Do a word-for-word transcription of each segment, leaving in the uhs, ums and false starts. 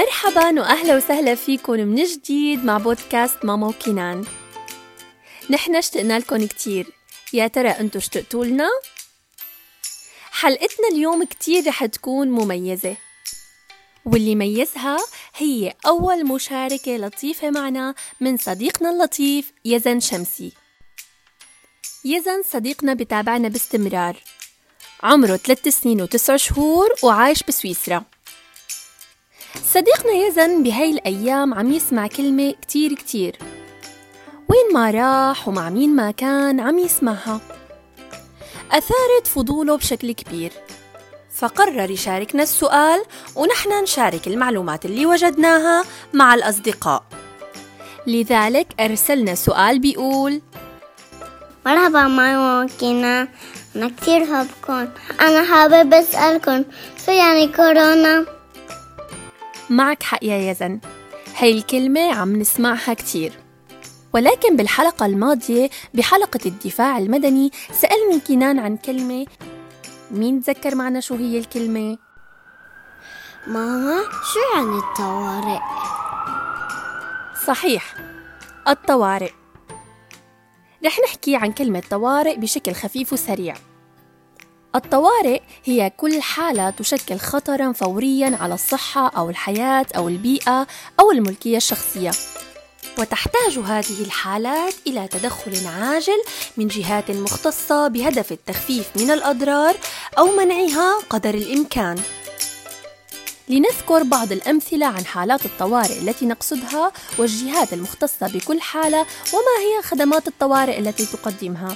مرحباً وأهلا وسهلا فيكم من جديد مع بودكاست ماما وكنان. نحن اشتقنا لكم كتير، يا ترى أنتوا اشتقتوا لنا؟ حلقتنا اليوم كتير رح تكون مميزة، واللي ميزها هي أول مشاركة لطيفة معنا من صديقنا اللطيف يزن شمسي. يزن صديقنا بتابعنا باستمرار، عمره ثلاث سنين وتسع شهور وعايش بسويسرا. صديقنا يزن بهاي الأيام عم يسمع كلمة كتير كتير، وين ما راح ومع مين ما كان عم يسمعها، أثارت فضوله بشكل كبير، فقرر يشاركنا السؤال ونحن نشارك المعلومات اللي وجدناها مع الأصدقاء. لذلك أرسلنا سؤال بيقول: مرحبا ماما وكنان، أنا كتير حابكم. أنا حابب أسألكم شو يعني كورونا؟ معك حق يا يزن، هاي الكلمة عم نسمعها كتير، ولكن بالحلقة الماضية بحلقة الدفاع المدني سألني كنان عن كلمة. مين تذكر معنا شو هي الكلمة؟ ماما شو يعني الطوارئ؟ صحيح، الطوارئ. رح نحكي عن كلمة طوارئ بشكل خفيف وسريع. الطوارئ هي كل حالة تشكل خطراً فورياً على الصحة أو الحياة أو البيئة أو الملكية الشخصية، وتحتاج هذه الحالات إلى تدخل عاجل من جهات مختصة بهدف التخفيف من الأضرار أو منعها قدر الإمكان. لنذكر بعض الأمثلة عن حالات الطوارئ التي نقصدها والجهات المختصة بكل حالة وما هي خدمات الطوارئ التي تقدمها.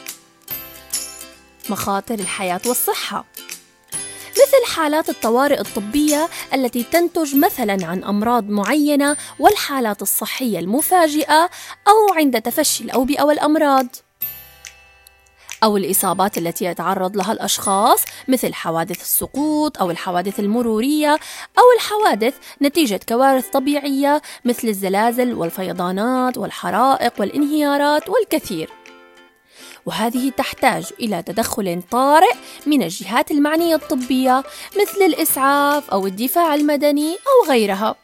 مخاطر الحياة والصحة، مثل حالات الطوارئ الطبية التي تنتج مثلاً عن أمراض معينة والحالات الصحية المفاجئة أو عند تفشي الأوبئة والأمراض، أو الإصابات التي يتعرض لها الأشخاص مثل حوادث السقوط أو الحوادث المرورية أو الحوادث نتيجة كوارث طبيعية مثل الزلازل والفيضانات والحرائق والانهيارات والكثير. وهذه تحتاج إلى تدخل طارئ من الجهات المعنية الطبية مثل الإسعاف أو الدفاع المدني أو غيرها.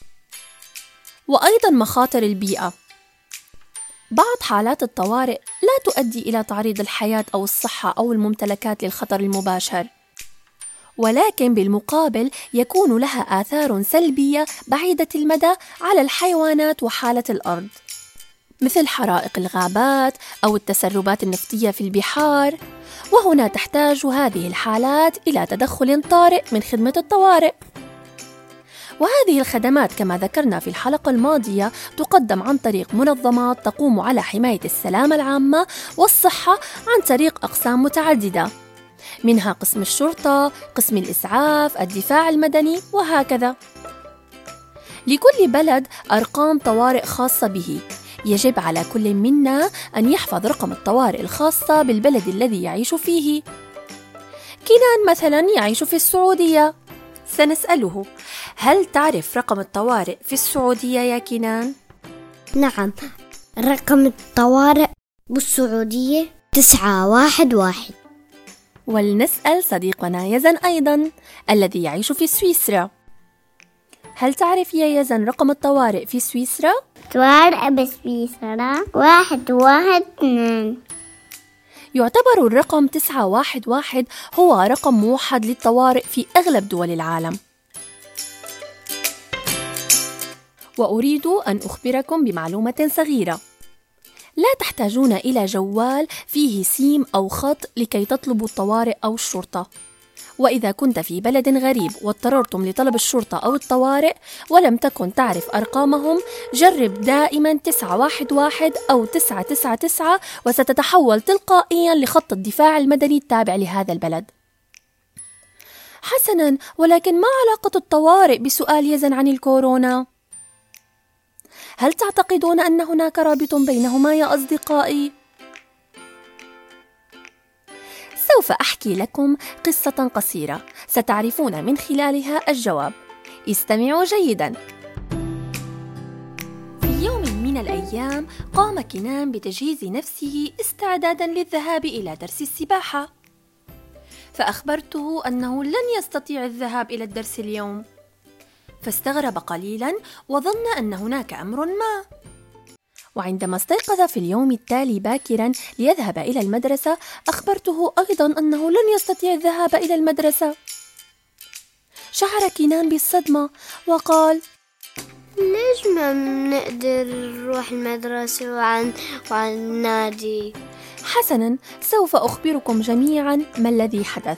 وأيضا مخاطر البيئة، بعض حالات الطوارئ لا تؤدي إلى تعريض الحياة أو الصحة أو الممتلكات للخطر المباشر، ولكن بالمقابل يكون لها آثار سلبية بعيدة المدى على الحيوانات وحالة الأرض، مثل حرائق الغابات أو التسربات النفطية في البحار. وهنا تحتاج هذه الحالات إلى تدخل طارئ من خدمة الطوارئ. وهذه الخدمات كما ذكرنا في الحلقة الماضية تقدم عن طريق منظمات تقوم على حماية السلامة العامة والصحة عن طريق أقسام متعددة، منها قسم الشرطة، قسم الإسعاف، الدفاع المدني وهكذا. لكل بلد أرقام طوارئ خاصة به، يجب على كل منا أن يحفظ رقم الطوارئ الخاصة بالبلد الذي يعيش فيه. كنان مثلا يعيش في السعودية، سنسأله: هل تعرف رقم الطوارئ في السعودية يا كنان؟ نعم، رقم الطوارئ بالسعودية تسعة واحد واحد. ولنسأل صديقنا يزن أيضا الذي يعيش في سويسرا. هل تعرف يا يزن رقم الطوارئ في سويسرا؟ طوارئ بسويسرا واحد واحد اثنين. يعتبر الرقم تسعة واحد واحد هو رقم موحد للطوارئ في أغلب دول العالم. وأريد أن أخبركم بمعلومة صغيرة: لا تحتاجون إلى جوال فيه سيم أو خط لكي تطلبوا الطوارئ أو الشرطة. وإذا كنت في بلد غريب واضطررتم لطلب الشرطة أو الطوارئ ولم تكن تعرف أرقامهم، جرب دائما تسعة واحد واحد أو تسعة تسعة تسعة وستتحول تلقائيا لخط الدفاع المدني التابع لهذا البلد. حسنا، ولكن ما علاقة الطوارئ بسؤال يزن عن الكورونا؟ هل تعتقدون أن هناك رابط بينهما يا أصدقائي؟ سوف أحكي لكم قصة قصيرة ستعرفون من خلالها الجواب. استمعوا جيدا. في يوم من الأيام قام كنان بتجهيز نفسه استعدادا للذهاب إلى درس السباحة، فأخبرته أنه لن يستطيع الذهاب إلى الدرس اليوم، فاستغرب قليلا وظن أن هناك أمر ما. وعندما استيقظ في اليوم التالي باكرا ليذهب إلى المدرسة أخبرته أيضا أنه لن يستطيع الذهاب إلى المدرسة. شعر كينان بالصدمة وقال: ليش ما نقدر نروح المدرسة وعن, وعن النادي؟ حسنا، سوف أخبركم جميعا ما الذي حدث.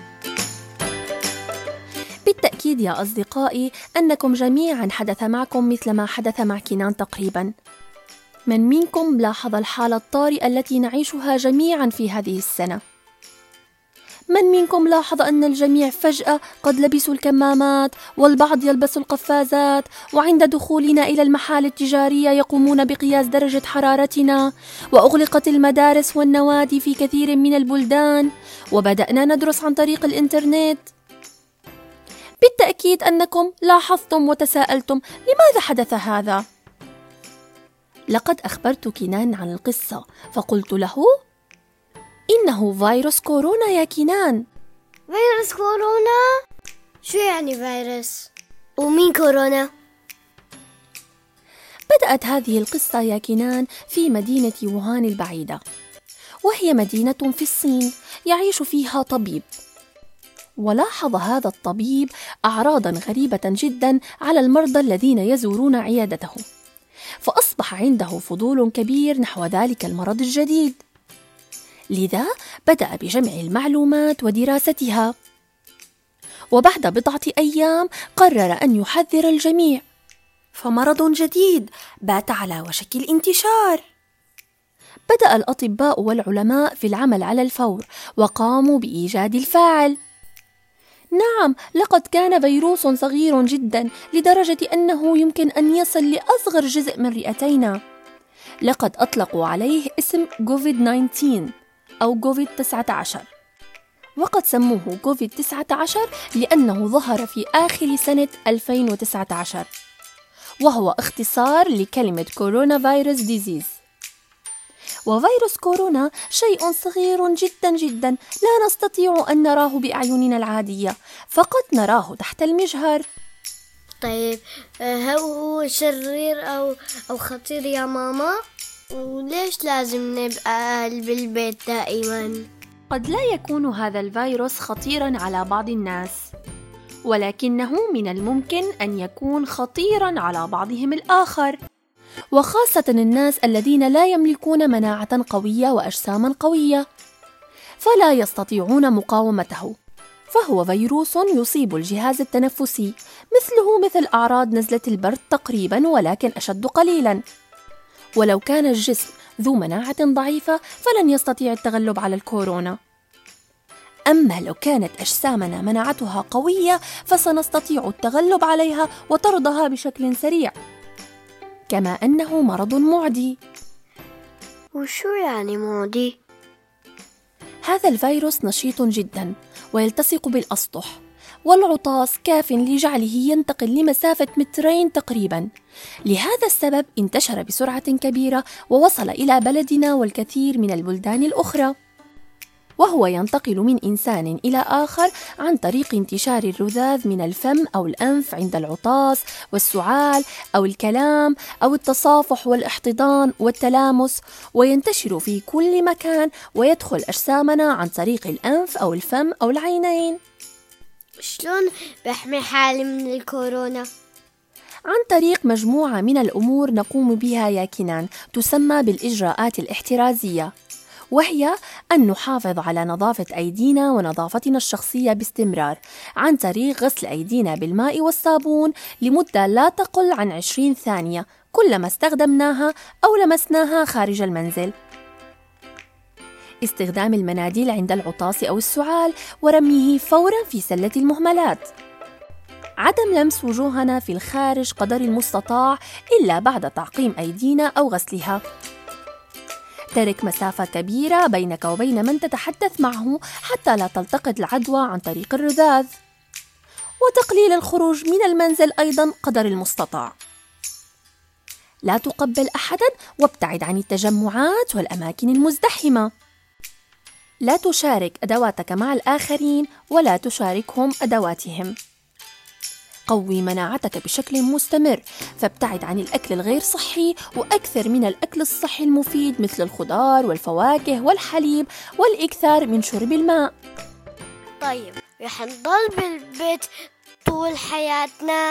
بالتأكيد يا أصدقائي أنكم جميعا حدث معكم مثل ما حدث مع كينان تقريبا. من منكم لاحظ الحالة الطارئة التي نعيشها جميعا في هذه السنة؟ من منكم لاحظ أن الجميع فجأة قد لبسوا الكمامات والبعض يلبس القفازات، وعند دخولنا إلى المحال التجارية يقومون بقياس درجة حرارتنا، وأغلقت المدارس والنوادي في كثير من البلدان، وبدأنا ندرس عن طريق الإنترنت؟ بالتأكيد أنكم لاحظتم وتساءلتم لماذا حدث هذا؟ لقد أخبرت كينان عن القصة فقلت له: إنه فيروس كورونا يا كينان. فيروس كورونا؟ شو يعني فيروس؟ ومين كورونا؟ بدأت هذه القصة يا كينان في مدينة ووهان البعيدة، وهي مدينة في الصين يعيش فيها طبيب. ولاحظ هذا الطبيب أعراضا غريبة جدا على المرضى الذين يزورون عيادته، فأصبح عنده فضول كبير نحو ذلك المرض الجديد، لذا بدأ بجمع المعلومات ودراستها. وبعد بضعة أيام قرر أن يحذر الجميع، فمرض جديد بات على وشك الانتشار. بدأ الأطباء والعلماء في العمل على الفور وقاموا بإيجاد الفاعل. نعم، لقد كان فيروس صغير جدا لدرجة أنه يمكن أن يصل لأصغر جزء من رئتينا. لقد أطلقوا عليه اسم كوفيد تسعة عشر أو كوفيد تسعة عشر، وقد سموه كوفيد تسعة عشر لأنه ظهر في آخر سنة ألفين وتسعة عشر، وهو اختصار لكلمة كورونا فيروس ديزيز. وفيروس كورونا شيء صغير جدا جدا لا نستطيع أن نراه بأعيننا العادية، فقط نراه تحت المجهر. طيب هل هو شرير أو أو خطير يا ماما؟ وليش لازم نبقى بالبيت دائما؟ قد لا يكون هذا الفيروس خطيرا على بعض الناس، ولكنه من الممكن أن يكون خطيرا على بعضهم الآخر، وخاصة الناس الذين لا يملكون مناعة قوية وأجساما قوية، فلا يستطيعون مقاومته. فهو فيروس يصيب الجهاز التنفسي، مثله مثل أعراض نزلة البرد تقريبا، ولكن أشد قليلا. ولو كان الجسم ذو مناعة ضعيفة فلن يستطيع التغلب على الكورونا. أما لو كانت أجسامنا مناعتها قوية فسنستطيع التغلب عليها وطردها بشكل سريع. كما أنه مرض معدي. وشو يعني معدي؟ هذا الفيروس نشيط جدا ويلتصق بالأسطح، والعطاس كاف لجعله ينتقل لمسافة مترين تقريبا. لهذا السبب انتشر بسرعة كبيرة ووصل إلى بلدنا والكثير من البلدان الأخرى، وهو ينتقل من إنسان إلى آخر عن طريق انتشار الرذاذ من الفم أو الأنف عند العطاس والسعال أو الكلام أو التصافح والاحتضان والتلامس، وينتشر في كل مكان ويدخل أجسامنا عن طريق الأنف أو الفم أو العينين. شلون بحمي حالي من الكورونا؟ عن طريق مجموعة من الأمور نقوم بها يا كينان تسمى بالإجراءات الاحترازية، وهي أن نحافظ على نظافة أيدينا ونظافتنا الشخصية باستمرار عن طريق غسل أيدينا بالماء والصابون لمدة لا تقل عن عشرين ثانية كلما استخدمناها أو لمسناها خارج المنزل. استخدام المناديل عند العطاس أو السعال ورميه فوراً في سلة المهملات. عدم لمس وجوهنا في الخارج قدر المستطاع إلا بعد تعقيم أيدينا أو غسلها. ترك مسافة كبيرة بينك وبين من تتحدث معه حتى لا تلتقط العدوى عن طريق الرذاذ. وتقليل الخروج من المنزل أيضاً قدر المستطاع. لا تقبل أحداً وابتعد عن التجمعات والأماكن المزدحمة. لا تشارك أدواتك مع الآخرين ولا تشاركهم أدواتهم. قوي مناعتك بشكل مستمر، فابتعد عن الأكل الغير صحي وأكثر من الأكل الصحي المفيد مثل الخضار والفواكه والحليب، والإكثار من شرب الماء. طيب رح نضل بالبيت طول حياتنا؟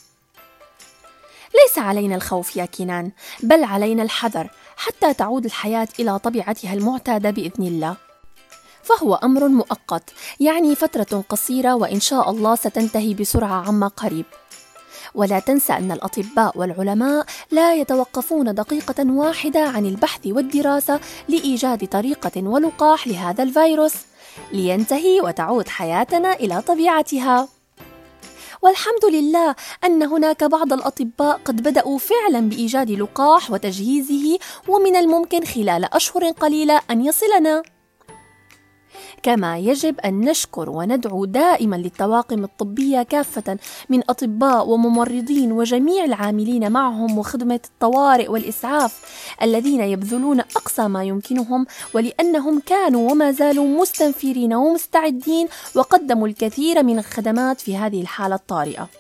ليس علينا الخوف يا كنان، بل علينا الحذر حتى تعود الحياة إلى طبيعتها المعتادة بإذن الله. فهو أمر مؤقت، يعني فترة قصيرة، وإن شاء الله ستنتهي بسرعة عما قريب. ولا تنسى أن الأطباء والعلماء لا يتوقفون دقيقة واحدة عن البحث والدراسة لإيجاد طريقة ولقاح لهذا الفيروس لينتهي وتعود حياتنا إلى طبيعتها. والحمد لله أن هناك بعض الأطباء قد بدأوا فعلا بإيجاد لقاح وتجهيزه، ومن الممكن خلال أشهر قليلة أن يصلنا. كما يجب أن نشكر وندعو دائما للطواقم الطبية كافة من أطباء وممرضين وجميع العاملين معهم وخدمة الطوارئ والإسعاف الذين يبذلون أقصى ما يمكنهم، ولأنهم كانوا وما زالوا مستنفرين ومستعدين وقدموا الكثير من الخدمات في هذه الحالة الطارئة.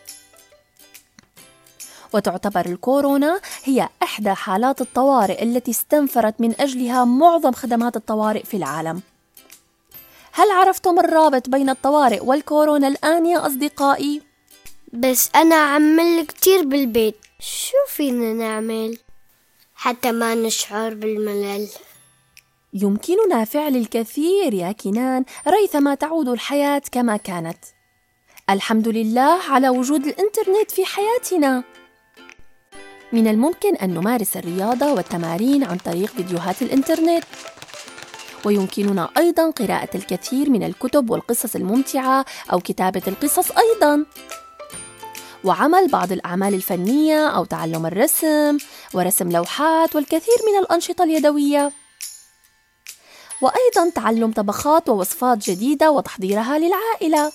وتعتبر الكورونا هي إحدى حالات الطوارئ التي استنفرت من أجلها معظم خدمات الطوارئ في العالم. هل عرفتم الرابط بين الطوارئ والكورونا الآن يا أصدقائي؟ بس أنا أعمل كتير بالبيت، شو فينا نعمل حتى ما نشعر بالملل؟ يمكننا فعل الكثير يا كنان ريثما تعود الحياة كما كانت. الحمد لله على وجود الإنترنت في حياتنا. من الممكن أن نمارس الرياضة والتمارين عن طريق فيديوهات الإنترنت، ويمكننا أيضاً قراءة الكثير من الكتب والقصص الممتعة أو كتابة القصص أيضاً، وعمل بعض الأعمال الفنية أو تعلم الرسم ورسم لوحات والكثير من الأنشطة اليدوية، وأيضاً تعلم طبخات ووصفات جديدة وتحضيرها للعائلة،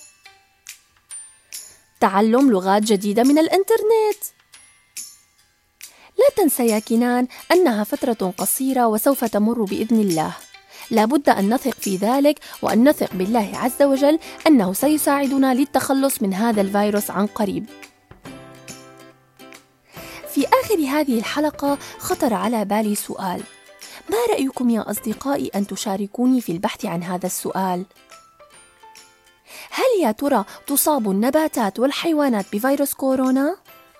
تعلم لغات جديدة من الإنترنت. لا تنسى يا كنان أنها فترة قصيرة وسوف تمر بإذن الله. لا بد أن نثق في ذلك، وأن نثق بالله عز وجل أنه سيساعدنا للتخلص من هذا الفيروس عن قريب. في آخر هذه الحلقة خطر على بالي سؤال، ما رأيكم يا أصدقائي أن تشاركوني في البحث عن هذا السؤال؟ هل يا ترى تصاب النباتات والحيوانات بفيروس كورونا؟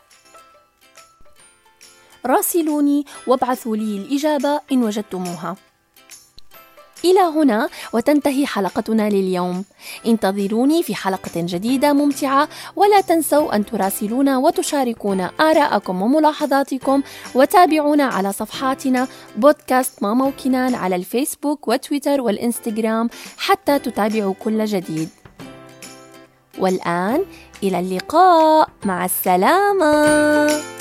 راسلوني وابعثوا لي الإجابة إن وجدتموها. إلى هنا وتنتهي حلقتنا لليوم. انتظروني في حلقة جديدة ممتعة، ولا تنسوا أن تراسلونا وتشاركونا آراءكم وملاحظاتكم، وتابعونا على صفحاتنا بودكاست ماما وكنان على الفيسبوك وتويتر والإنستغرام حتى تتابعوا كل جديد. والآن إلى اللقاء، مع السلامة.